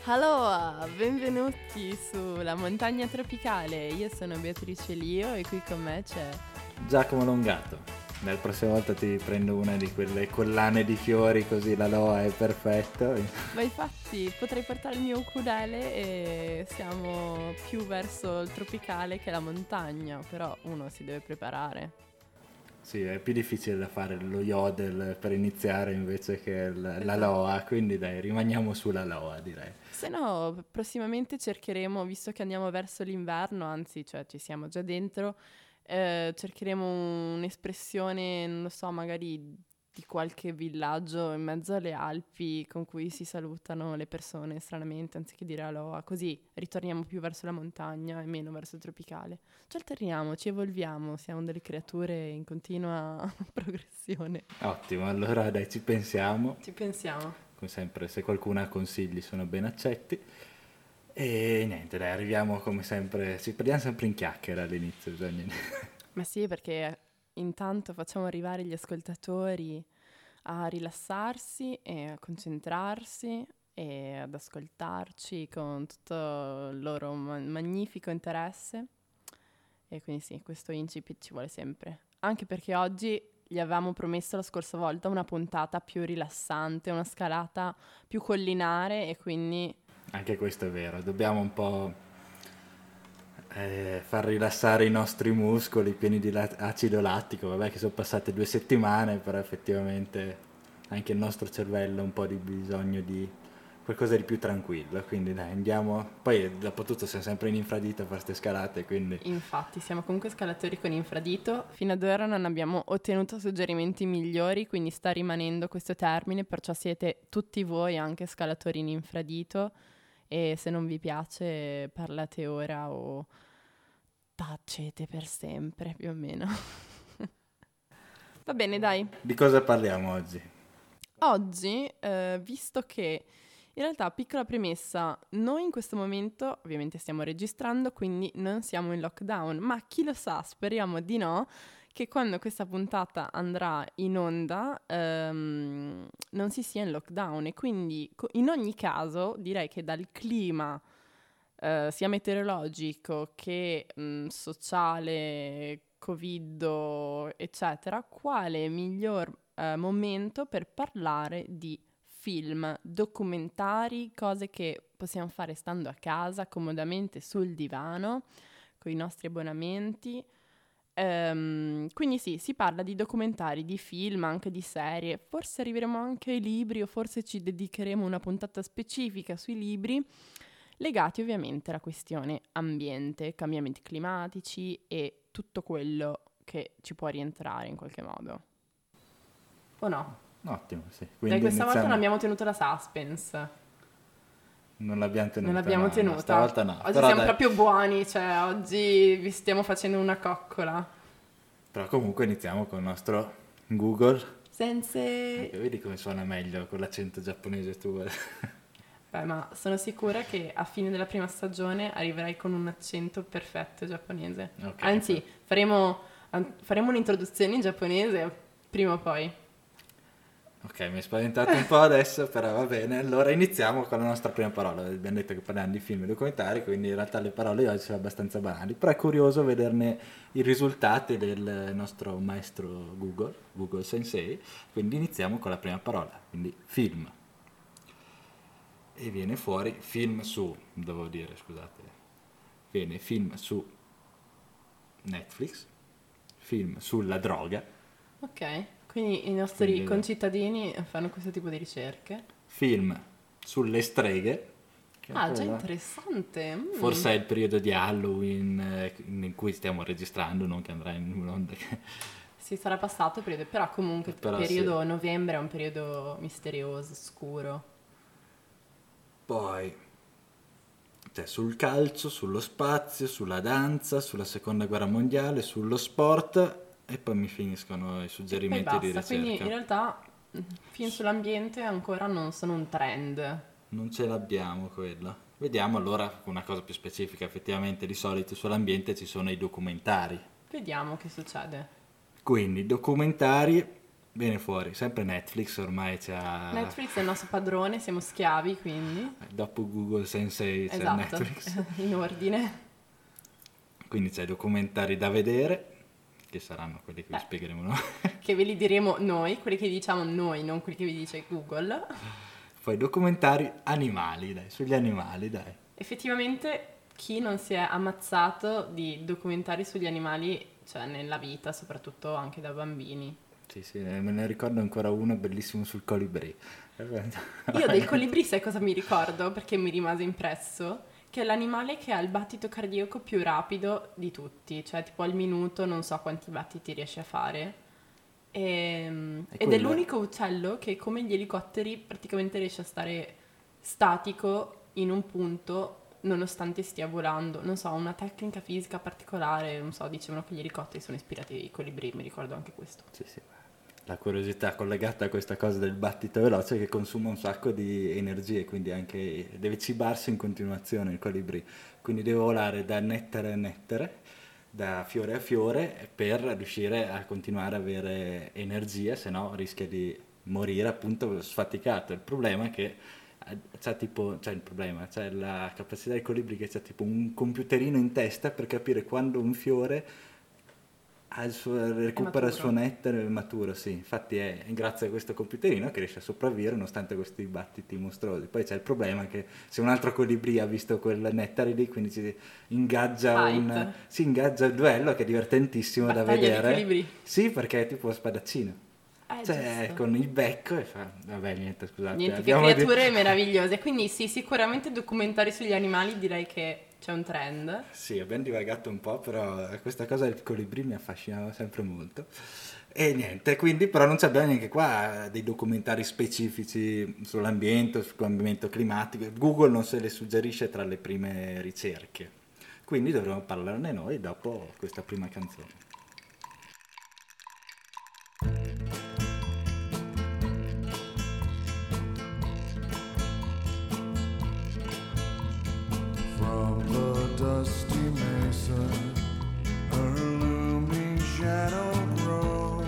Allora, benvenuti sulla montagna tropicale. Io sono Beatrice Lio e qui con me c'è Giacomo Longato. La prossima volta ti prendo una di quelle collane di fiori, così la loa è perfetto. Ma infatti potrei portare il mio ukulele e siamo più verso il tropicale che la montagna, però uno si deve preparare. Sì, è più difficile da fare lo yodel per iniziare invece che la Esatto. loa, quindi dai, rimaniamo sulla loa, direi. Se no, prossimamente cercheremo, visto che andiamo verso l'inverno, anzi, cioè ci siamo già dentro, cercheremo un'espressione, non lo so, magari di qualche villaggio in mezzo alle Alpi con cui si salutano le persone stranamente, anziché dire aloha, così ritorniamo più verso la montagna e meno verso il tropicale. Ci alterniamo, ci evolviamo, siamo delle creature in continua progressione. Ottimo, allora dai, ci pensiamo. Ci pensiamo. Come sempre, se qualcuno ha consigli sono ben accetti. E niente, dai, arriviamo come sempre, ci perdiamo sempre in chiacchiera all'inizio, bisogna... Ma sì, perché intanto facciamo arrivare gli ascoltatori a rilassarsi e a concentrarsi e ad ascoltarci con tutto il loro magnifico interesse. E quindi sì, questo incipit ci vuole sempre. Anche perché oggi gli avevamo promesso la scorsa volta una puntata più rilassante, una scalata più collinare e quindi Anche questo è vero, dobbiamo un po' far rilassare i nostri muscoli pieni di acido lattico. Vabbè che sono passate 2 settimane, però effettivamente anche il nostro cervello ha un po' di bisogno di qualcosa di più tranquillo, quindi dai, andiamo. Poi dopo tutto siamo sempre in infradito a fare queste scalate, quindi infatti siamo comunque scalatori con infradito. Fino ad ora non abbiamo ottenuto suggerimenti migliori, quindi sta rimanendo questo termine, perciò siete tutti voi anche scalatori in infradito e se non vi piace parlate ora o tacete per sempre, più o meno. Va bene, dai. di cosa parliamo oggi? Oggi, visto che in realtà, piccola premessa, noi in questo momento ovviamente stiamo registrando, quindi non siamo in lockdown, ma chi lo sa, speriamo di no, che quando questa puntata andrà in onda non si sia in lockdown e quindi in ogni caso direi che dal clima sia meteorologico che sociale, Covid, eccetera, quale miglior momento per parlare di film, documentari, cose che possiamo fare stando a casa, comodamente sul divano, con i nostri abbonamenti. Quindi sì, si parla di documentari, di film, anche di serie. Forse arriveremo anche ai libri o forse ci dedicheremo una puntata specifica sui libri, legati ovviamente alla questione ambiente, cambiamenti climatici e tutto quello che ci può rientrare in qualche modo. O no? Ottimo, sì. Dai, Quindi questa volta non iniziamo. abbiamo tenuto la suspense. Non l'abbiamo Non tenuta, l'abbiamo no, tenuta. no, stavolta no. Oggi Però siamo dai, proprio buoni, cioè oggi vi stiamo facendo una coccola. però comunque iniziamo con il nostro Google. Senza... Vedi come suona meglio con l'accento giapponese tu. Beh, ma sono sicura che a fine della prima stagione arriverai con un accento perfetto giapponese. Ok, Anzi, faremo un'introduzione in giapponese prima o poi. ok, mi hai spaventato un po' adesso, però va bene. Allora iniziamo con la nostra prima parola. Abbiamo detto che parliamo di film e documentari, quindi in realtà le parole di oggi sono abbastanza banali, però è curioso vederne i risultati del nostro maestro Google, Google Sensei. Quindi iniziamo con la prima parola, quindi film. E viene fuori film su, devo dire, scusate, viene film su Netflix, film sulla droga, Ok, quindi i nostri quindi concittadini fanno questo tipo di ricerche. film sulle streghe, che Ah, già quello interessante. forse è il periodo di Halloween in cui stiamo registrando, non che andrà in onda. Si sarà passato il periodo, però comunque il Però periodo sì. novembre è un periodo misterioso, scuro. Poi cioè, sul calcio, sullo spazio, sulla danza, sulla seconda guerra mondiale, sullo sport e poi mi finiscono i E poi suggerimenti di basta, quindi in ricerca. realtà film sull'ambiente ancora non sono un trend. Non ce l'abbiamo quello. Vediamo allora una cosa più specifica. Effettivamente di solito sull'ambiente ci sono i documentari. Vediamo che succede. Quindi documentari viene fuori, sempre Netflix ormai c'ha... Netflix è il nostro padrone, siamo schiavi, quindi. Dopo Google Sensei c'è Esatto, Netflix. in ordine. Quindi c'è documentari da vedere, che saranno quelli che vi Beh. spiegheremo noi. Che ve li diremo noi, quelli che diciamo noi, non quelli che vi dice Google. Poi documentari animali, dai, sugli animali, dai. Effettivamente chi non si è ammazzato di documentari sugli animali, cioè nella vita, soprattutto anche da bambini. Sì, me ne ricordo ancora uno bellissimo sul colibrì. Io del colibrì sai cosa mi ricordo? Perché mi rimase impresso? Che è l'animale che ha il battito cardiaco più rapido di tutti, cioè tipo al minuto non so quanti battiti riesce a fare. Ed è quello- l'unico uccello che come gli elicotteri praticamente riesce a stare statico in un punto nonostante stia volando. Non so, ha una tecnica fisica particolare, non so, dicevano che gli elicotteri sono ispirati ai colibrì, mi ricordo anche questo. Sì. La curiosità collegata a questa cosa del battito veloce è che consuma un sacco di energie, quindi anche deve cibarsi in continuazione il colibrì, quindi deve volare da nettare a nettare, da fiore a fiore per riuscire a continuare ad avere energia, se no rischia di morire appunto sfaticato. Il problema è che c'è la capacità del colibrì che c'è tipo un computerino in testa per capire quando un fiore recupera il suo nettare maturo, sì. Infatti è grazie a questo computerino che riesce a sopravvivere nonostante questi battiti mostruosi. Poi c'è il problema che se un altro colibrì ha visto quel nettare lì, quindi si ingaggia il duello che è divertentissimo da Battaglia di vedere. colibrì. Sì, perché è tipo spadaccino. Cioè Giusto. con il becco e fa... Vabbè, niente, scusate. Niente, che creature meravigliose. Quindi sì, sicuramente documentari sugli animali direi che c'è un trend. Sì, abbiamo divagato un po', però questa cosa del colibrì mi affascinava sempre molto. E niente, quindi però non abbiamo neanche qua dei documentari specifici sull'ambiente, sul cambiamento climatico. Google non se le suggerisce tra le prime ricerche. Quindi dovremo parlarne noi dopo questa prima canzone. From the dusty mesa, her looming shadow grows,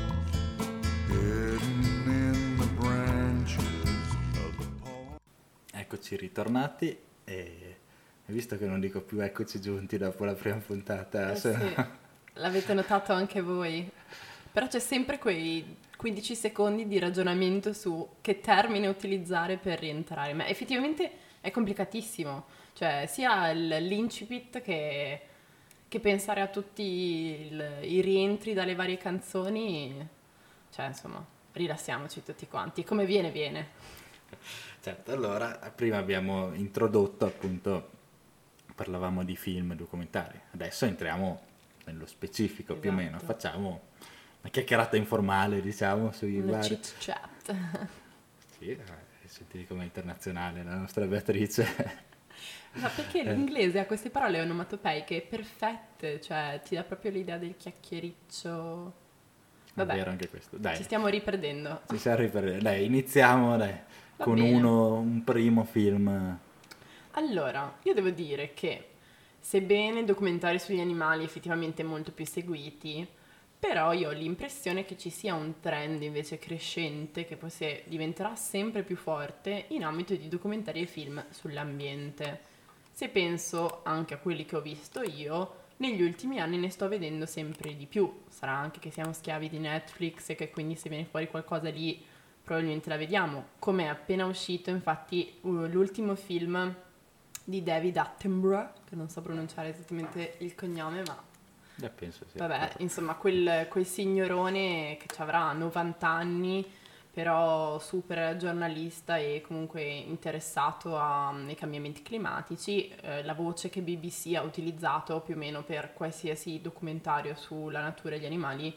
hidden in the branches of the palm. Eccoci ritornati e visto che non dico più eccoci giunti dopo la prima puntata, Sì, l'avete notato anche voi. Però c'è sempre quei 15 secondi di ragionamento su che termine utilizzare per rientrare. Ma effettivamente è complicatissimo. Cioè, sia l'incipit che pensare a tutti i rientri dalle varie canzoni. Cioè, insomma, rilassiamoci tutti quanti. Come viene, viene. Certo, allora prima abbiamo introdotto appunto, parlavamo di film e documentari, adesso entriamo nello specifico più o meno, Esatto. facciamo una chiacchierata informale diciamo sui Una vari... chit chat. Sì, sentite come internazionale la nostra Beatrice. Ma perché l'inglese ha queste parole onomatopeiche perfette, cioè ti dà proprio l'idea del chiacchiericcio. È vero anche questo, dai, Ci stiamo riperdendo. ci siamo ripresi, dai, iniziamo Va con bene. un primo film. Allora, io devo dire che sebbene documentari sugli animali effettivamente molto più seguiti, però io ho l'impressione che ci sia un trend invece crescente che forse diventerà sempre più forte in ambito di documentari e film sull'ambiente. Se penso anche a quelli che ho visto io, negli ultimi anni ne sto vedendo sempre di più. Sarà anche che siamo schiavi di Netflix e che quindi se viene fuori qualcosa lì probabilmente la vediamo. Come è appena uscito infatti l'ultimo film di David Attenborough, che non so pronunciare esattamente il cognome, ma Penso sì. vabbè, insomma, quel signorone che ci avrà 90 anni, però super giornalista e comunque interessato ai cambiamenti climatici, la voce che BBC ha utilizzato più o meno per qualsiasi documentario sulla natura e gli animali.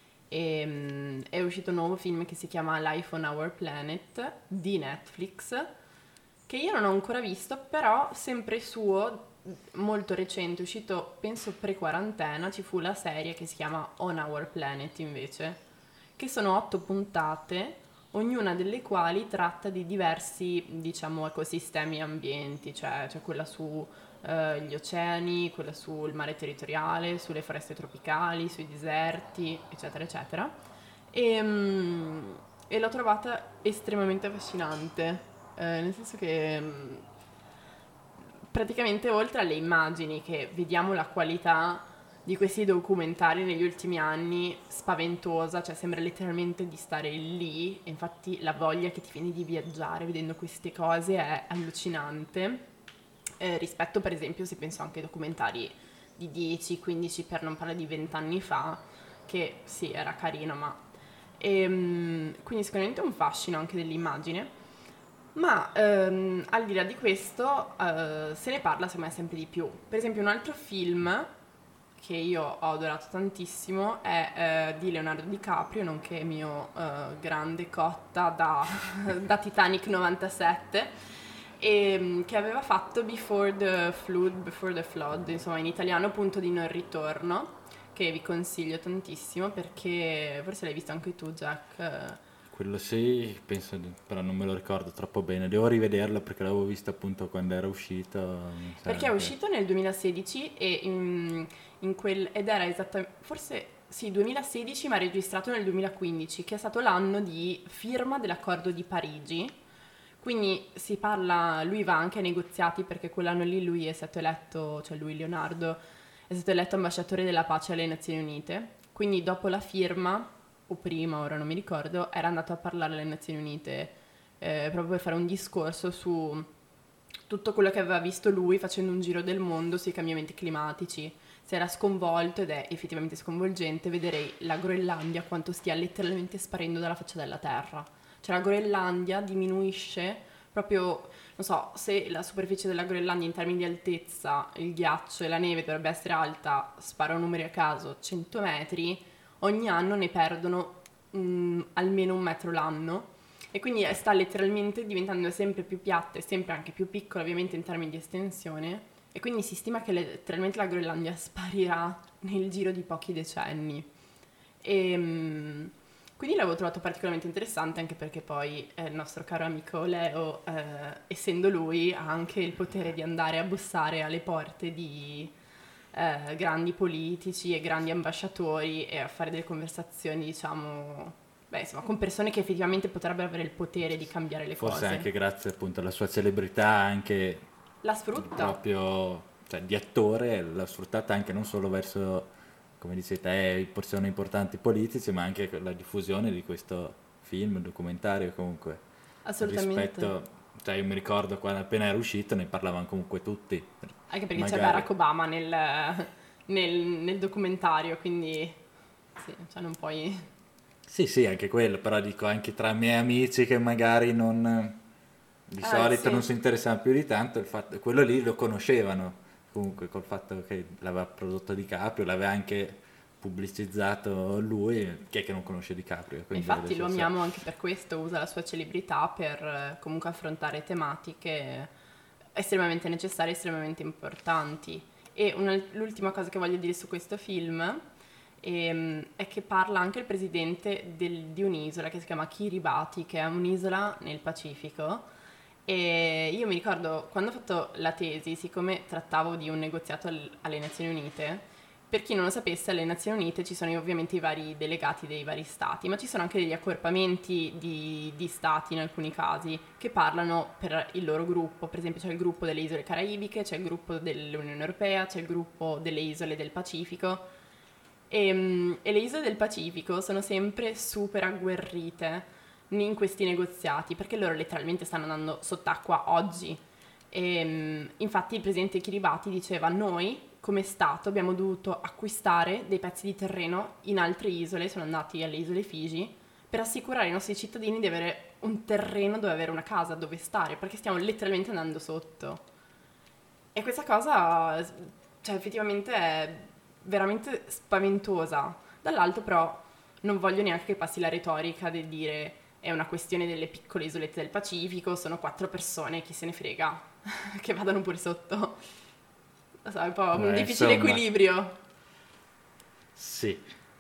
È uscito un nuovo film che si chiama Life on Our Planet di Netflix, che io non ho ancora visto, però sempre suo, molto recente, uscito penso pre-quarantena, ci fu la serie che si chiama On Our Planet invece, che sono 8 puntate, ognuna delle quali tratta di diversi, diciamo, ecosistemi e ambienti, cioè c'è quella su gli oceani, quella sul mare territoriale, sulle foreste tropicali, sui deserti, eccetera, eccetera. e l'ho trovata estremamente affascinante, nel senso che praticamente oltre alle immagini che vediamo la qualità di questi documentari negli ultimi anni spaventosa, cioè sembra letteralmente di stare lì, e infatti la voglia che ti viene di viaggiare vedendo queste cose è allucinante, rispetto per esempio se penso anche ai documentari di 10, 15 per non parlare di 20 anni fa, che sì era carino ma... quindi sicuramente un fascino anche dell'immagine. Ma al di là di questo se ne parla secondo me sempre di più. Per esempio un altro film che io ho adorato tantissimo è di Leonardo DiCaprio, nonché mio grande cotta da Titanic 97, che aveva fatto Before the Flood, insomma in italiano Punto di non ritorno, che vi consiglio tantissimo perché forse l'hai visto anche tu, Jack. Quello sì, penso, però non me lo ricordo troppo bene. Devo rivederlo perché l'avevo visto appunto quando era uscito. Mi sa Perché è che- uscito nel 2016 e ed era esattamente, forse sì, 2016 ma registrato nel 2015, che è stato l'anno di firma dell'accordo di Parigi. Quindi si parla, lui va anche ai negoziati perché quell'anno lì lui è stato eletto, cioè lui Leonardo, è stato eletto ambasciatore della pace alle Nazioni Unite. Quindi dopo la firma, o prima, ora non mi ricordo, era andato a parlare alle Nazioni Unite proprio per fare un discorso su tutto quello che aveva visto lui facendo un giro del mondo sui cambiamenti climatici. Si era sconvolto ed è effettivamente sconvolgente vedere la Groenlandia quanto stia letteralmente sparendo dalla faccia della Terra. Cioè la Groenlandia diminuisce proprio, non so, se la superficie della Groenlandia in termini di altezza, il ghiaccio e la neve dovrebbe essere alta, sparo numeri a caso, 100 metri, ogni anno ne perdono almeno 1 metro l'anno. E quindi sta letteralmente diventando sempre più piatta e sempre anche più piccola, ovviamente in termini di estensione. E quindi si stima che letteralmente la Groenlandia sparirà nel giro di pochi decenni. E quindi l'avevo trovato particolarmente interessante anche perché poi il nostro caro amico Leo, essendo lui, ha anche il potere di andare a bussare alle porte di grandi politici e grandi ambasciatori e a fare delle conversazioni, diciamo, beh, insomma, con persone che effettivamente potrebbero avere il potere di cambiare le Forse cose. anche grazie appunto alla sua celebrità, anche La sfrutta. proprio cioè, di attore, l'ha sfruttata anche non solo verso, come dici te, persone importanti politici, ma anche con la diffusione di questo film, documentario comunque. Assolutamente. Rispetto, cioè io mi ricordo quando appena era uscito ne parlavano comunque tutti. Anche perché c'è Magari- Barack Obama nel documentario, quindi sì, cioè non puoi... Sì, sì, anche quello, però dico anche tra miei amici che magari non di solito sì. non si interessavano più di tanto, il fatto, quello lì lo conoscevano comunque col fatto che l'aveva prodotto DiCaprio, l'aveva anche pubblicizzato lui, chi è che non conosce DiCaprio? Quindi Infatti lo adesso sa. amiamo anche per questo, usa la sua celebrità per comunque affrontare tematiche estremamente necessarie, estremamente importanti. E l'ultima cosa che voglio dire su questo film è che parla anche il presidente di un'isola che si chiama Kiribati, che è un'isola nel Pacifico. E io mi ricordo quando ho fatto la tesi, siccome trattavo di un negoziato alle Nazioni Unite, per chi non lo sapesse, alle Nazioni Unite ci sono ovviamente i vari delegati dei vari stati, ma ci sono anche degli accorpamenti di stati in alcuni casi che parlano per il loro gruppo. Per esempio c'è il gruppo delle isole caraibiche, c'è il gruppo dell'Unione Europea, c'è il gruppo delle isole del Pacifico. E le isole del Pacifico sono sempre super agguerrite in questi negoziati perché loro letteralmente stanno andando sott'acqua oggi. Infatti il presidente Kiribati diceva: noi come Stato abbiamo dovuto acquistare dei pezzi di terreno in altre isole, sono andati alle isole Figi, per assicurare ai nostri cittadini di avere un terreno dove avere una casa, dove stare, perché stiamo letteralmente andando sotto. E questa cosa, cioè, effettivamente è veramente spaventosa. Dall'altro però non voglio neanche che passi la retorica del dire è una questione delle piccole isolette del Pacifico, sono 4 persone, chi se ne frega, che vadano pure sotto. Lo so, è un po' un difficile insomma, equilibrio. sì,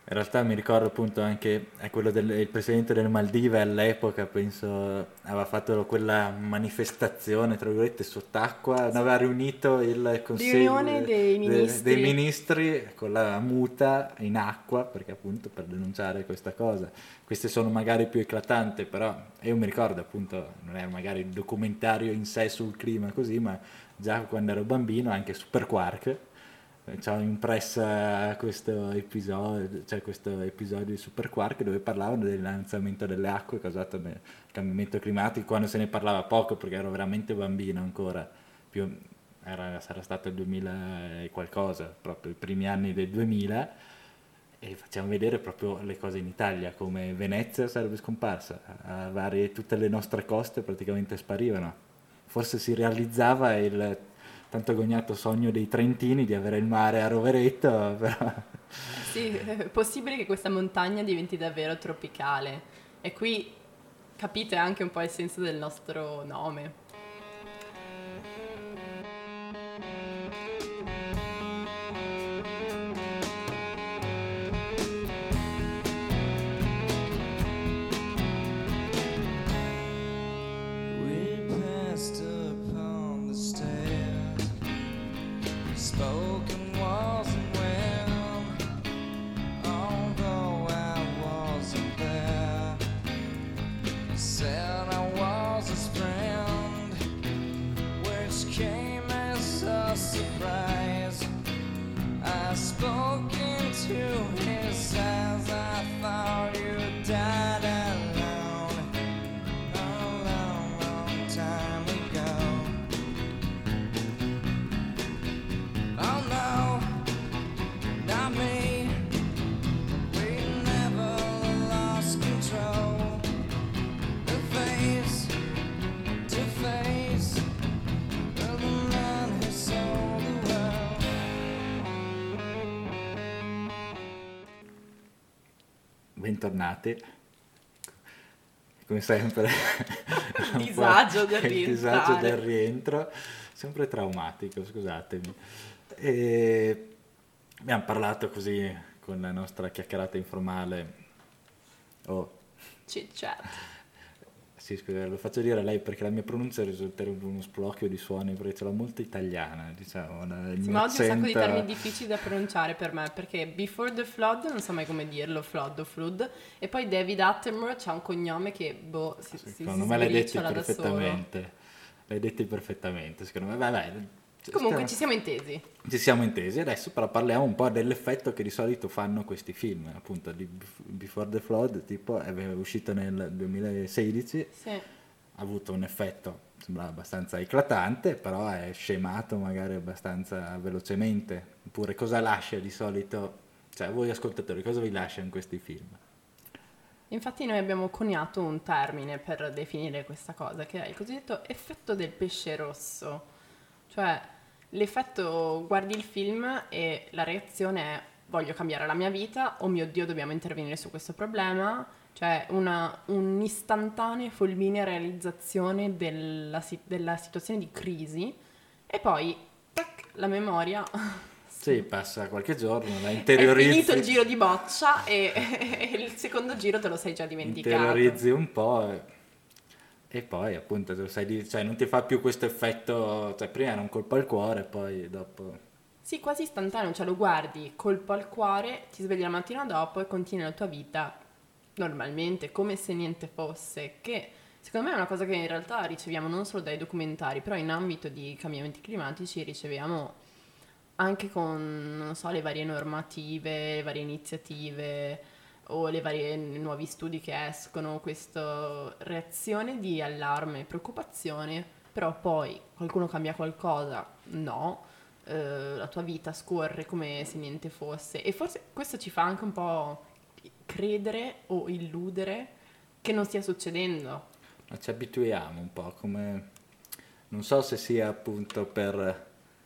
In realtà mi ricordo appunto anche quello del il presidente delle Maldive all'epoca, penso, aveva fatto quella manifestazione, tra virgolette, sott'acqua, aveva riunito il Riunione consiglio dei dei ministri. ministri con la muta in acqua, perché appunto per denunciare questa cosa. Queste sono magari più eclatanti, però io mi ricordo appunto, non era magari un documentario in sé sul clima così, ma già quando ero bambino anche Super Quark ci ho impressa questo episodio di Super Quark dove parlavano dell'innalzamento delle acque causato dal cambiamento climatico, quando se ne parlava poco perché ero veramente bambino ancora, sarà stato il 2000 e qualcosa, proprio i primi anni del 2000, e facciamo vedere proprio le cose in Italia, come Venezia sarebbe scomparsa, tutte le nostre coste praticamente sparivano. Forse si realizzava il tanto agognato sogno dei trentini di avere il mare a Rovereto, però Sì, è possibile che questa montagna diventi davvero tropicale. E qui capite anche un po' il senso del nostro nome. We passed upon the stairs, spoken wasn't when, although I wasn't there. Said I was his friend, which came as a surprise. I spoke into his eyes, I thought you died alone a long, long time ago. Oh no, not me. We never lost control. The face to face of the man who sold the world. bentornati. Come sempre, un po' Disagio del il disagio rientrare. del rientro, sempre traumatico, scusatemi. E abbiamo parlato così con la nostra chiacchierata informale. Oh, Chit chat. sì, scusa, lo faccio dire a lei perché la mia pronuncia risulterebbe uno sproloquio di suoni perché ce l'ho molto italiana, diciamo, il Sì, mio ma oggi ho un sacco di accento. termini difficili da pronunciare per me, perché Before the Flood non so mai come dirlo, flood o flood, e poi David Attenborough c'ha un cognome che, boh, si Secondo me l'hai detti sbriciola da solo. perfettamente. L'hai detti perfettamente, secondo me. Vabbè, Comunque ci siamo intesi. ci siamo intesi. Adesso però parliamo un po' dell'effetto che di solito fanno questi film. Appunto, di Before the Flood, tipo, è uscito nel 2016, Sì. ha avuto un effetto, sembrava abbastanza eclatante, però è scemato magari abbastanza velocemente. Oppure cosa lascia di solito, cioè voi ascoltatori, cosa vi lascia in questi film? Infatti noi abbiamo coniato un termine per definire questa cosa, che è il cosiddetto effetto del pesce rosso. Cioè, l'effetto guardi il film e la reazione è voglio cambiare la mia vita, oh mio Dio, dobbiamo intervenire su questo problema. Cioè, un'istantanea e fulminea realizzazione della situazione di crisi e poi, tac, la memoria. Sì, passa qualche giorno, la È interiorizzi. finito il giro di boccia e il secondo giro te lo sei già dimenticato. Interiorizzi un po' e poi appunto te lo cioè non ti fa più questo effetto, cioè prima era un colpo al cuore, poi dopo Sì, quasi istantaneo, cioè lo guardi, colpo al cuore, ti svegli la mattina dopo e continui la tua vita normalmente, come se niente fosse, che secondo me è una cosa che in realtà riceviamo non solo dai documentari, però in ambito di cambiamenti climatici riceviamo anche con, non so, le varie normative, le varie iniziative o le varie nuovi studi che escono, questa reazione di allarme e preoccupazione, però poi qualcuno cambia qualcosa, no, la tua vita scorre come se niente fosse e forse questo ci fa anche un po' credere o illudere che non stia succedendo. ma ci abituiamo un po', come non so se sia appunto per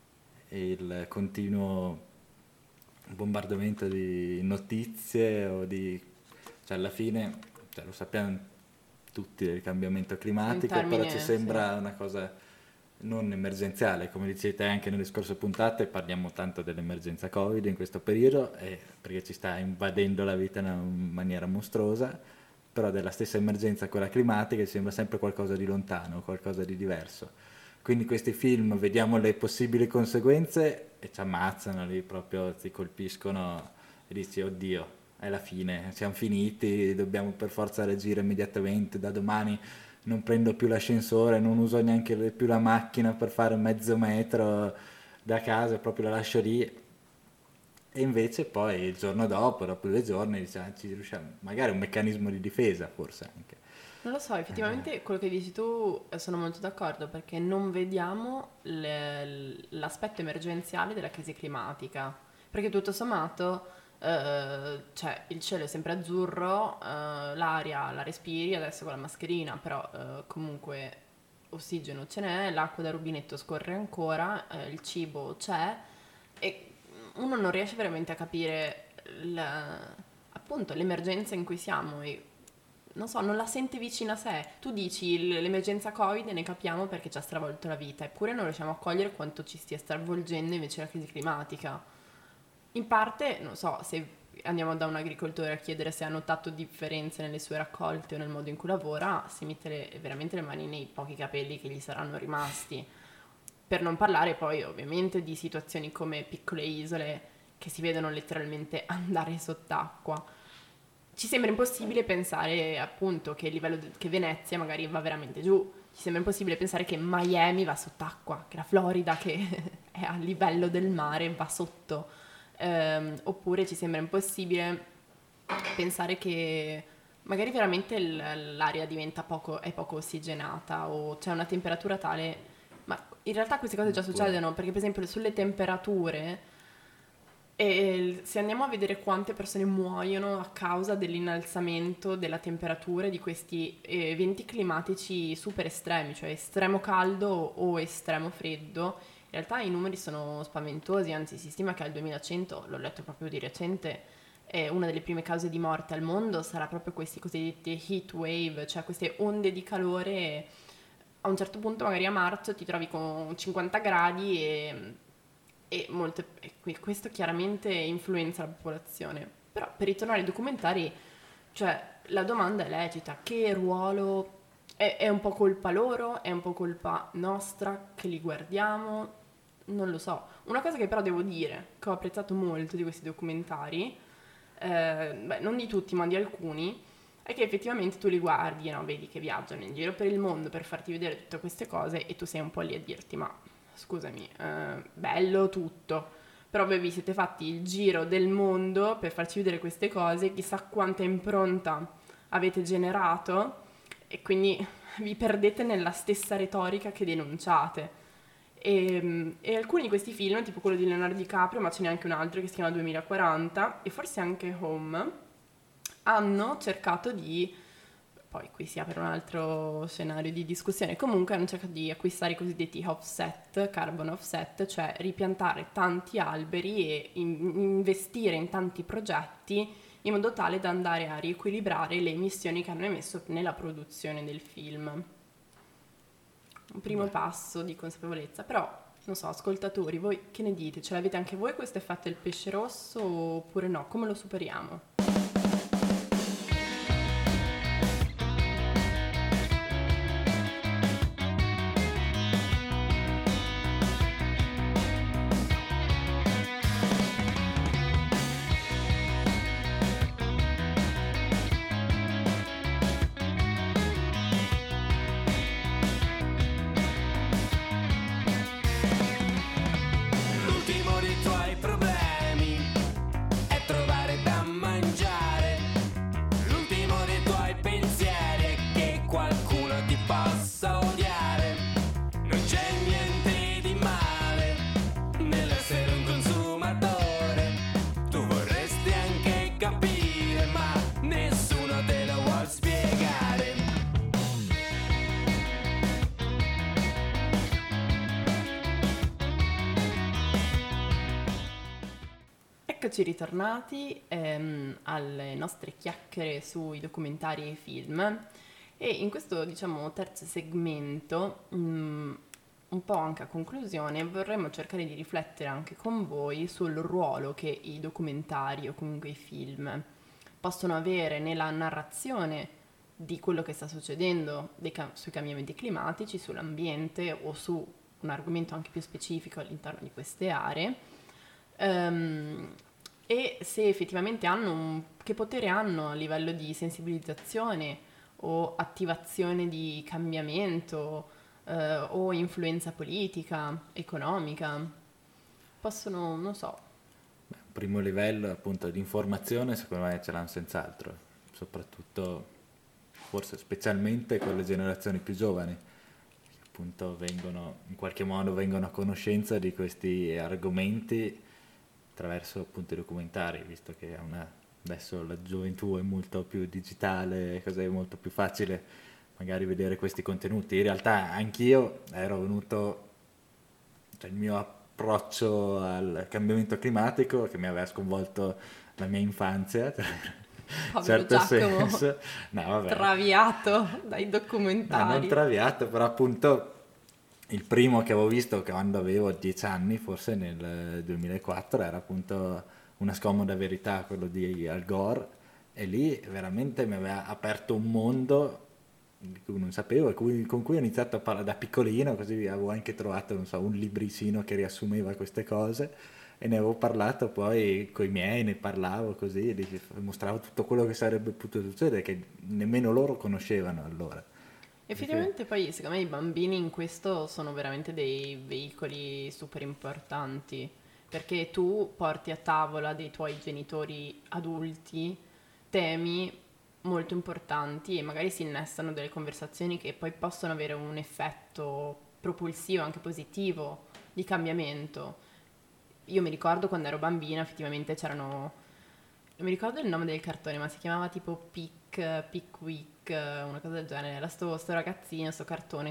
il continuo bombardamento di notizie o di, cioè alla fine, cioè lo sappiamo tutti del cambiamento climatico, In termine, però ci sembra una cosa non emergenziale, come dicevi te anche nelle scorse puntate, parliamo tanto dell'emergenza Covid in questo periodo, perché ci sta invadendo la vita in una maniera mostruosa, però della stessa emergenza, quella climatica, ci sembra sempre qualcosa di lontano, qualcosa di diverso. Quindi questi film vediamo le possibili conseguenze e ci ammazzano lì, proprio ti colpiscono e dici oddio, è la fine, siamo finiti, dobbiamo per forza reagire immediatamente, da domani non prendo più l'ascensore, non uso neanche più la macchina per fare mezzo metro da casa, proprio la lascio lì. E invece poi il giorno dopo 2 giorni, diciamo, ci riusciamo, magari un meccanismo di difesa forse anche. Non lo so, effettivamente quello che dici tu sono molto d'accordo perché non vediamo l'aspetto emergenziale della crisi climatica, perché tutto sommato cioè il cielo è sempre azzurro, l'aria la respiri adesso con la mascherina, però comunque ossigeno ce n'è, l'acqua da rubinetto scorre ancora, il cibo c'è e uno non riesce veramente a capire appunto l'emergenza in cui siamo e non so, non la sente vicina a sé. Tu dici l'emergenza Covid e ne capiamo perché ci ha stravolto la vita, eppure non riusciamo a cogliere quanto ci stia stravolgendo invece la crisi climatica. In parte, non so, se andiamo da un agricoltore a chiedere se ha notato differenze nelle sue raccolte o nel modo in cui lavora, si mette veramente le mani nei pochi capelli che gli saranno rimasti. Per non parlare poi ovviamente di situazioni come piccole isole che si vedono letteralmente andare sott'acqua. Ci sembra impossibile pensare appunto che il livello che Venezia magari va veramente giù, ci sembra impossibile pensare che Miami va sott'acqua, che la Florida che è a livello del mare va sotto, oppure ci sembra impossibile pensare che magari veramente l'aria è poco ossigenata o c'è una temperatura tale, ma in realtà queste cose già succedono perché per esempio sulle temperature. E se andiamo a vedere quante persone muoiono a causa dell'innalzamento della temperatura di questi eventi climatici super estremi, cioè estremo caldo o estremo freddo, in realtà i numeri sono spaventosi, anzi si stima che al 2100, l'ho letto proprio di recente, una delle prime cause di morte al mondo sarà proprio questi cosiddetti heat wave, cioè queste onde di calore. A un certo punto magari a marzo ti trovi con 50 gradi e questo chiaramente influenza la popolazione. Però per ritornare ai documentari, cioè la domanda è lecita: che ruolo è un po' colpa loro, è un po' colpa nostra che li guardiamo? Non lo so. Una cosa che però devo dire, che ho apprezzato molto di questi documentari, non di tutti ma di alcuni, è che effettivamente tu li guardi, no? Vedi che viaggiano in giro per il mondo per farti vedere tutte queste cose e tu sei un po' lì a dirti ma scusami, bello tutto, però voi vi siete fatti il giro del mondo per farci vedere queste cose, chissà quanta impronta avete generato e quindi vi perdete nella stessa retorica che denunciate. E alcuni di questi film, tipo quello di Leonardo DiCaprio, ma ce n'è anche un altro che si chiama 2040 e forse anche Home, hanno cercato di, poi qui si apre un altro scenario di discussione, comunque hanno cercato di acquistare i cosiddetti offset, carbon offset, cioè ripiantare tanti alberi e investire in tanti progetti in modo tale da andare a riequilibrare le emissioni che hanno emesso nella produzione del film. Un primo passo di consapevolezza, però non so, ascoltatori, voi che ne dite? Ce l'avete anche voi questo effetto del pesce rosso oppure no? Come lo superiamo? L'ultimo dei tuoi problemi è trovare da mangiare. L'ultimo dei tuoi pensieri è che qualcuno ti possa odiare. Non c'è niente di male nell'essere un consumatore. Tu vorresti anche capire, ma nessuno te lo vuol spiegare. Eccoci ritornati alle nostre chiacchiere sui documentari e i film e in questo diciamo terzo segmento un un po' anche a conclusione, vorremmo cercare di riflettere anche con voi sul ruolo che i documentari o comunque i film possono avere nella narrazione di quello che sta succedendo sui cambiamenti climatici, sull'ambiente o su un argomento anche più specifico all'interno di queste aree, e se effettivamente che potere hanno a livello di sensibilizzazione o attivazione di cambiamento, o influenza politica, economica. Possono, non so. Primo livello appunto di informazione secondo me ce l'hanno senz'altro, soprattutto forse specialmente con le generazioni più giovani, che appunto in qualche modo vengono a conoscenza di questi argomenti attraverso appunto i documentari, visto che adesso la gioventù è molto più digitale, è molto più facile magari vedere questi contenuti. In realtà anch'io ero venuto, cioè il mio approccio al cambiamento climatico che mi aveva sconvolto la mia infanzia, in certo Giacomo, senso. No, vabbè. Traviato dai No, documentari. non traviato, però appunto il primo che avevo visto quando avevo 10 anni, forse nel 2004, era appunto Una scomoda verità, quello di Al Gore, e lì veramente mi aveva aperto un mondo di cui non sapevo e con cui ho iniziato a parlare da piccolino, così avevo anche trovato, non so, un libricino che riassumeva queste cose e ne avevo parlato poi coi miei, ne parlavo così, e mostravo tutto quello che sarebbe potuto succedere, che nemmeno loro conoscevano allora. Effettivamente poi secondo me i bambini in questo sono veramente dei veicoli super importanti, perché tu porti a tavola dei tuoi genitori adulti temi molto importanti e magari si innestano delle conversazioni che poi possono avere un effetto propulsivo, anche positivo, di cambiamento. Io mi ricordo quando ero bambina effettivamente c'erano, non mi ricordo il nome del cartone, ma si chiamava tipo Pickwick, una cosa del genere. Era sto ragazzino, sto cartone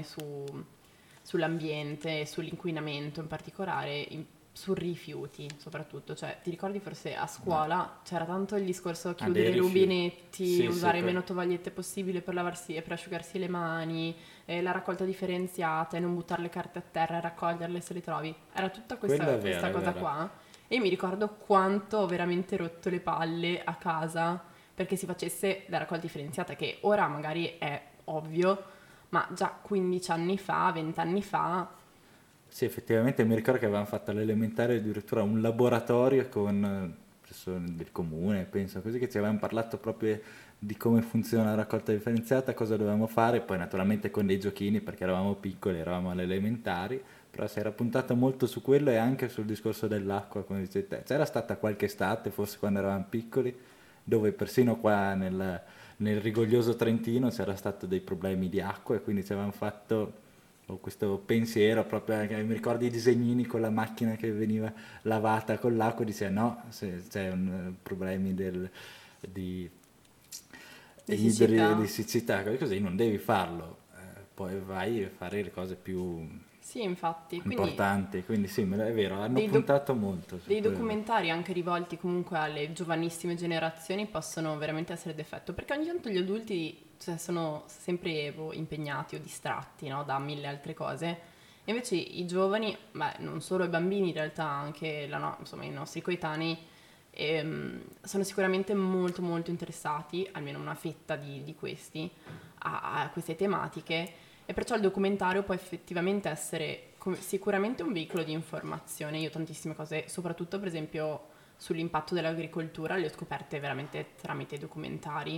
sull'ambiente, sull'inquinamento in particolare, su rifiuti soprattutto. Cioè, ti ricordi forse a scuola c'era tanto il discorso chiudere i rubinetti, sì, usare sì, meno tovagliette possibile per lavarsi e per asciugarsi le mani, la raccolta differenziata e non buttare le carte a terra e raccoglierle se le trovi. Era tutta questa cosa qua. E mi ricordo quanto ho veramente rotto le palle a casa perché si facesse la raccolta differenziata, che ora magari è ovvio, ma già 15 anni fa, 20 anni fa... Sì, effettivamente mi ricordo che avevamo fatto all'elementare addirittura un laboratorio con persone del comune, penso, così, che ci avevamo parlato proprio di come funziona la raccolta differenziata, cosa dovevamo fare, poi naturalmente con dei giochini perché eravamo piccoli, eravamo alle elementari, però si era puntato molto su quello e anche sul discorso dell'acqua, come dicevi te. C'era stata qualche estate, forse quando eravamo piccoli, dove persino qua nel rigoglioso Trentino c'era stato dei problemi di acqua e quindi ci avevamo fatto questo pensiero proprio, mi ricordo i disegnini con la macchina che veniva lavata con l'acqua, diceva no, se c'è problemi di siccità, così non devi farlo, poi vai a fare le cose più infatti, importanti, quindi sì, è vero, hanno puntato molto su dei quello. documentari anche rivolti comunque alle giovanissime generazioni possono veramente essere d'effetto, perché ogni tanto gli adulti sono sempre impegnati o distratti, no, da mille altre cose, e invece i giovani, non solo i bambini in realtà, anche insomma, i nostri coetanei sono sicuramente molto molto interessati, almeno una fetta di questi, a queste tematiche. E perciò il documentario può effettivamente essere sicuramente un veicolo di informazione. Io tantissime cose, soprattutto per esempio sull'impatto dell'agricoltura, le ho scoperte veramente tramite documentari,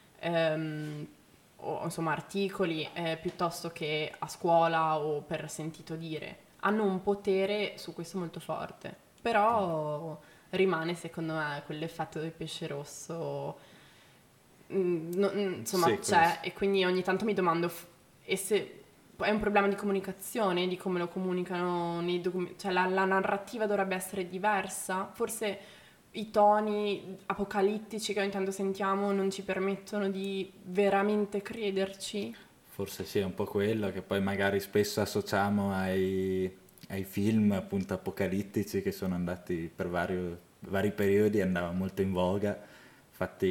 o insomma articoli, piuttosto che a scuola o per sentito dire. Hanno un potere su questo molto forte, però rimane secondo me quell'effetto del pesce rosso, insomma sì, c'è, e quindi ogni tanto mi domando... E se è un problema di comunicazione, di come lo comunicano nei documenti, cioè la narrativa dovrebbe essere diversa, forse i toni apocalittici che ogni tanto sentiamo non ci permettono di veramente crederci. Forse sì, è un po' quello che poi magari spesso associamo ai film appunto apocalittici che sono andati per vari periodi, andava molto in voga, infatti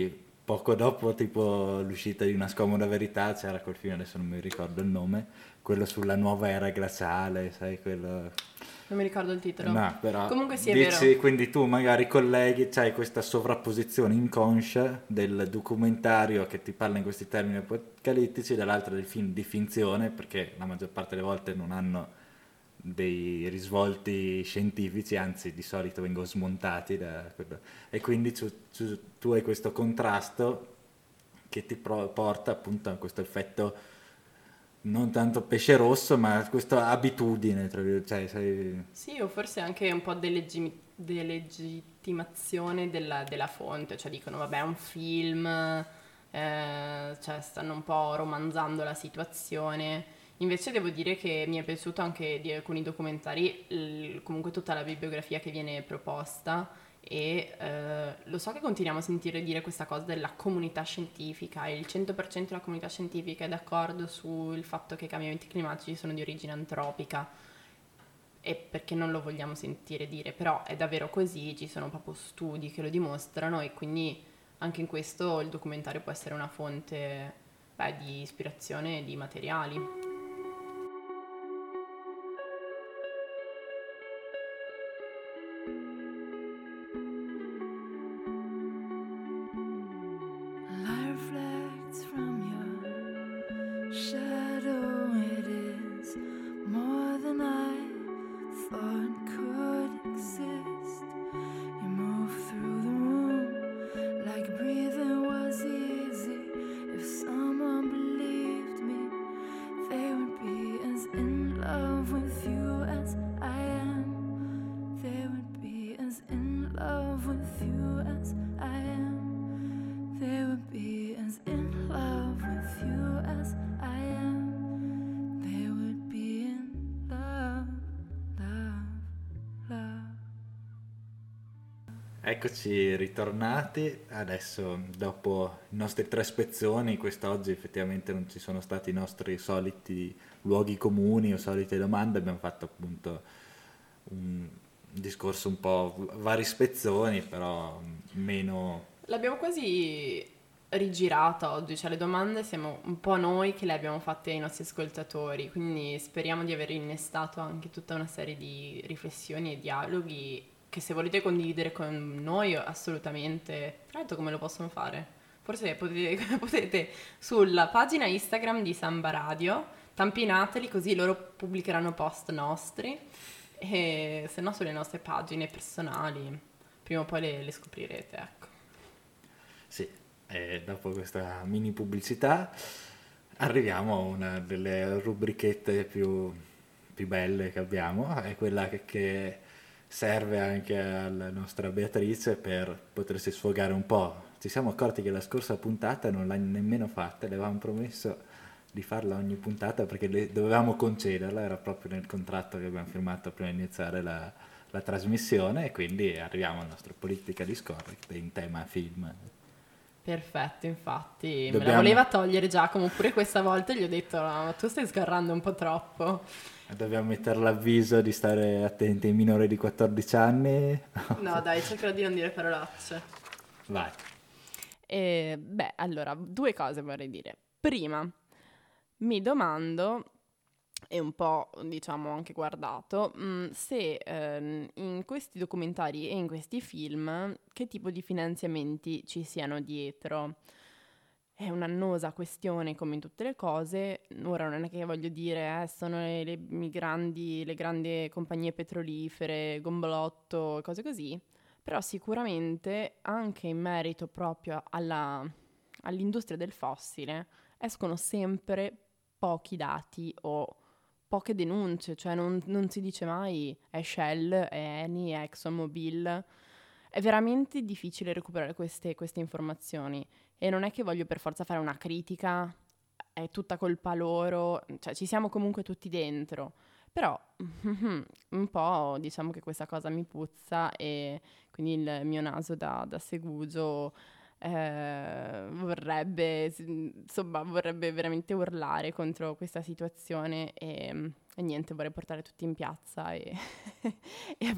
poco dopo tipo l'uscita di Una scomoda verità c'era quel film, adesso non mi ricordo il nome, quello sulla nuova era glaciale, sai, quello... Non mi ricordo il titolo. No, però Comunque sì, è dici, vero. quindi tu magari colleghi, c'hai questa sovrapposizione inconscia del documentario che ti parla in questi termini apocalittici, dall'altro del film di finzione, perché la maggior parte delle volte non hanno dei risvolti scientifici, anzi di solito vengono smontati da quello. E quindi tu hai questo contrasto che ti porta appunto a questo effetto non tanto pesce rosso, ma questa abitudine, cioè, Sì, o forse anche un po' delegittimazione della fonte, cioè dicono vabbè è un film, cioè stanno un po' romanzando la situazione. Invece devo dire che mi è piaciuto anche di alcuni documentari, comunque tutta la bibliografia che viene proposta e lo so che continuiamo a sentire dire questa cosa della comunità scientifica e il 100% della comunità scientifica è d'accordo sul fatto che i cambiamenti climatici sono di origine antropica e perché non lo vogliamo sentire dire, però è davvero così, ci sono proprio studi che lo dimostrano e quindi anche in questo il documentario può essere una fonte di ispirazione di materiali. Light reflects from your shadow. It is more than I thought could exist. You move through the room like breathing was easy. If someone believed me, they would be as in love with you as I am. They would be as in love with you as I am. They would be as in love with you as I am. They would be in love, love, love. Eccoci ritornati, adesso dopo i nostri 3 spezzoni, quest'oggi effettivamente non ci sono stati i nostri soliti luoghi comuni o solite domande, abbiamo fatto appunto un discorso un po' vari spezzoni, però meno... L'abbiamo quasi rigirata oggi, cioè le domande siamo un po' noi che le abbiamo fatte ai nostri ascoltatori, quindi speriamo di aver innestato anche tutta una serie di riflessioni e dialoghi che se volete condividere con noi assolutamente, tra l'altro come lo possono fare? Forse potete sulla pagina Instagram di Samba Radio, tampinateli così loro pubblicheranno post nostri e se no sulle nostre pagine personali, prima o poi le scoprirete, ecco. Sì, e dopo questa mini pubblicità arriviamo a una delle rubrichette più belle che abbiamo, è quella che serve anche alla nostra Beatrice per potersi sfogare un po'. Ci siamo accorti che la scorsa puntata non l'ha nemmeno fatta, le avevamo promesso di farla ogni puntata perché dovevamo concederla, era proprio nel contratto che abbiamo firmato prima di iniziare la trasmissione e quindi arriviamo alla nostra politica di scorrect in tema film. Perfetto, infatti me Dobbiamo- la voleva togliere Giacomo, pure questa volta gli ho detto no, ma tu stai sgarrando un po' troppo. Dobbiamo mettere l'avviso di stare attenti ai minori di 14 anni. No dai, cercherò di non dire parolacce. Vai. Allora, 2 cose vorrei dire. Prima, mi domando, e un po' diciamo anche guardato, se in questi documentari e in questi film che tipo di finanziamenti ci siano dietro. È un'annosa questione come in tutte le cose, ora non è che voglio dire sono le grandi compagnie petrolifere, Gombolotto, cose così, però sicuramente anche in merito proprio all'industria del fossile escono sempre pochi dati o poche denunce, cioè non si dice mai è Shell, è Eni, è ExxonMobil. È veramente difficile recuperare queste informazioni e non è che voglio per forza fare una critica, è tutta colpa loro, cioè ci siamo comunque tutti dentro, però un po' diciamo che questa cosa mi puzza e quindi il mio naso da segugio vorrebbe veramente urlare contro questa situazione e niente, vorrei portare tutti in piazza e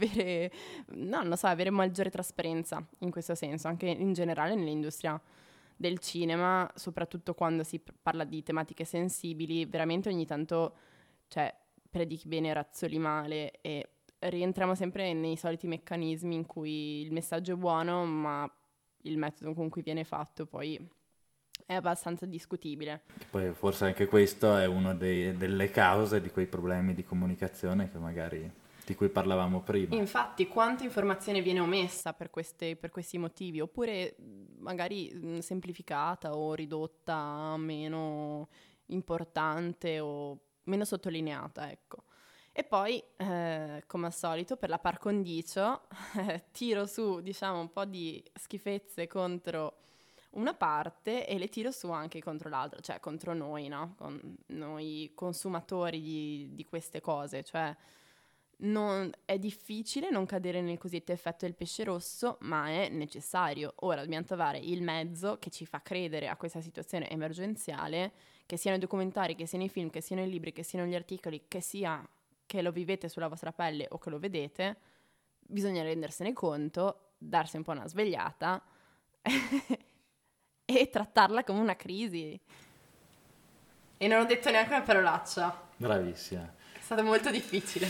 avere, no, non so, avere maggiore trasparenza in questo senso, anche in generale nell'industria del cinema, soprattutto quando si parla di tematiche sensibili, veramente ogni tanto, cioè, predichi bene e razzoli male e rientriamo sempre nei soliti meccanismi in cui il messaggio è buono, ma il metodo con cui viene fatto poi è abbastanza discutibile. Poi forse anche questo è una delle cause di quei problemi di comunicazione che magari di cui parlavamo prima. Infatti, quanta informazione viene omessa per questi motivi, oppure magari semplificata o ridotta, meno importante o meno sottolineata, ecco. E poi, come al solito, per la par condicio, tiro su, diciamo, un po' di schifezze contro una parte e le tiro su anche contro l'altra, cioè contro noi, no? Con noi consumatori di queste cose, cioè è difficile non cadere nel cosiddetto effetto del pesce rosso, ma è necessario. Ora dobbiamo trovare il mezzo che ci fa credere a questa situazione emergenziale, che siano i documentari, che siano i film, che siano i libri, che siano gli articoli, che sia che lo vivete sulla vostra pelle o che lo vedete, bisogna rendersene conto, darsi un po' una svegliata e trattarla come una crisi. E non ho detto neanche una parolaccia. Bravissima. È stato molto difficile.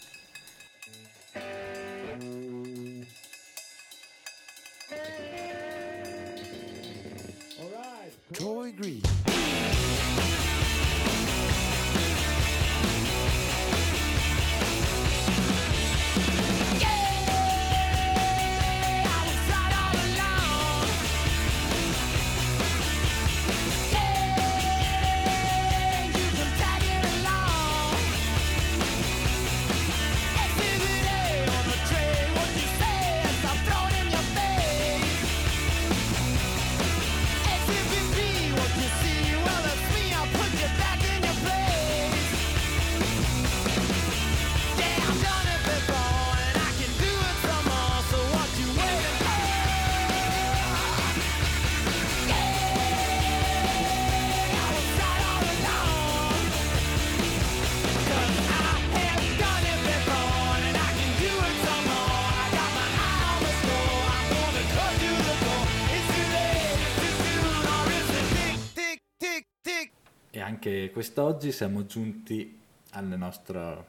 Troy Green. E anche quest'oggi siamo giunti alla nostra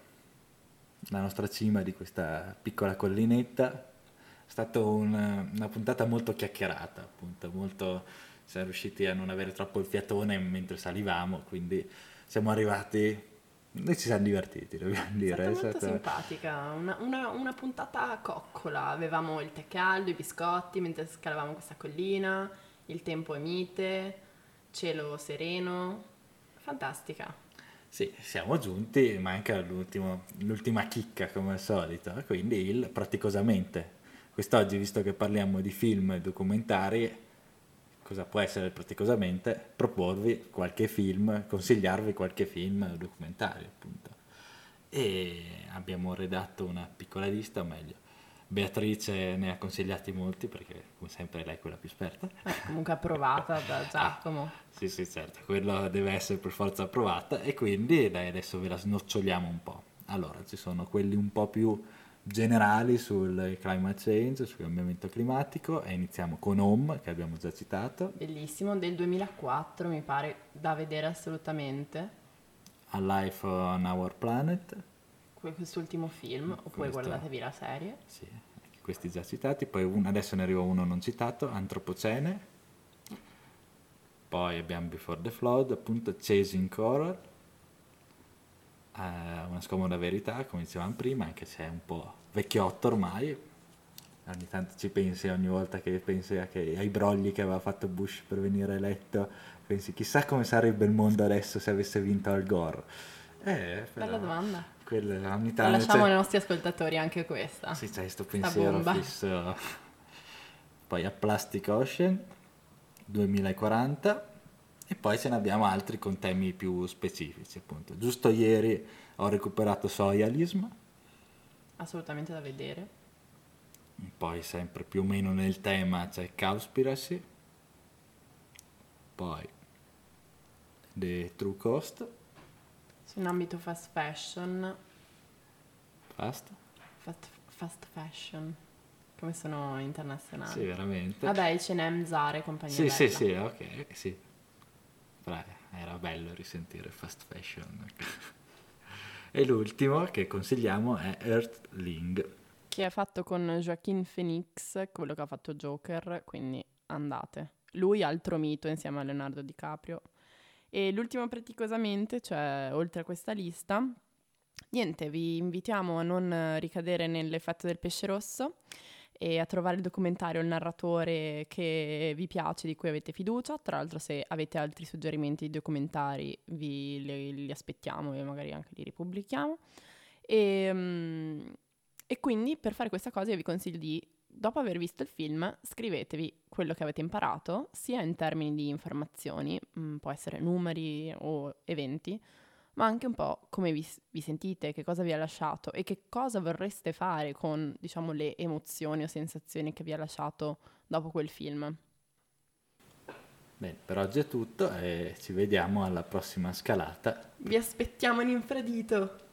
cima di questa piccola collinetta. È stata una puntata molto chiacchierata, appunto, siamo riusciti a non avere troppo il fiatone mentre salivamo, quindi siamo arrivati, noi ci siamo divertiti, dobbiamo dire. È stata molto simpatica, una puntata coccola, avevamo il tè caldo, i biscotti mentre scalavamo questa collina, il tempo è mite, cielo sereno, fantastica. Sì, siamo giunti, manca l'ultima chicca come al solito, quindi il praticosamente. Quest'oggi, visto che parliamo di film e documentari, cosa può essere praticosamente? Proporvi qualche film, consigliarvi qualche film documentario, appunto. E abbiamo redatto una piccola lista, o meglio, Beatrice ne ha consigliati molti perché come sempre lei è quella più esperta. Comunque approvata da Giacomo. Sì, certo, quello deve essere per forza approvata e quindi dai, adesso ve la snoccioliamo un po'. Allora, ci sono quelli un po' più generali sul climate change, sul cambiamento climatico e iniziamo con Home, che abbiamo già citato. Bellissimo, del 2004 mi pare, da vedere assolutamente. A Life on Our Planet. Quest'ultimo film, oppure Questo- guardatevi la serie. Sì, anche questi già citati. Poi adesso ne arriva uno non citato, Antropocene. Poi abbiamo Before the Flood, appunto Chasing Coral. Una scomoda verità, come dicevamo prima, anche se è un po' vecchiotto ormai. Ogni tanto ci pensi, ogni volta che pensi ai brogli che aveva fatto Bush per venire eletto, pensi chissà come sarebbe il mondo adesso se avesse vinto Al Gore. Però, Bella domanda. Ogni La tanto lasciamo c'è- ai nostri ascoltatori anche questa. sì, c'è questo Sta pensiero bomba. fisso. Poi a Plastic Ocean 2040 e poi ce ne abbiamo altri con temi più specifici, appunto. Giusto ieri ho recuperato Soyalism, Assolutamente da vedere. poi sempre più o meno nel tema c'è Cowspiracy, poi The True Cost, Su un ambito fast fashion. Fast, Fast fashion. come sono internazionali. Sì, veramente. Vabbè, H&M, Zara e compagnia Sì, bella. sì, sì, ok, sì. Però era bello risentire fast fashion. E l'ultimo che consigliamo è Earthling. Che è fatto con Joaquin Phoenix, quello che ha fatto Joker, quindi andate. Lui altro mito insieme a Leonardo DiCaprio. E l'ultimo praticosamente, cioè oltre a questa lista, niente, vi invitiamo a non ricadere nell'effetto del pesce rosso e a trovare il documentario, il narratore che vi piace, di cui avete fiducia. Tra l'altro, se avete altri suggerimenti di documentari, li aspettiamo e magari anche li ripubblichiamo. E quindi per fare questa cosa io vi consiglio di, dopo aver visto il film, scrivetevi quello che avete imparato, sia in termini di informazioni, può essere numeri o eventi, ma anche un po' come vi sentite, che cosa vi ha lasciato e che cosa vorreste fare con, diciamo, le emozioni o sensazioni che vi ha lasciato dopo quel film. Bene, per oggi è tutto e ci vediamo alla prossima scalata. Vi aspettiamo in infradito!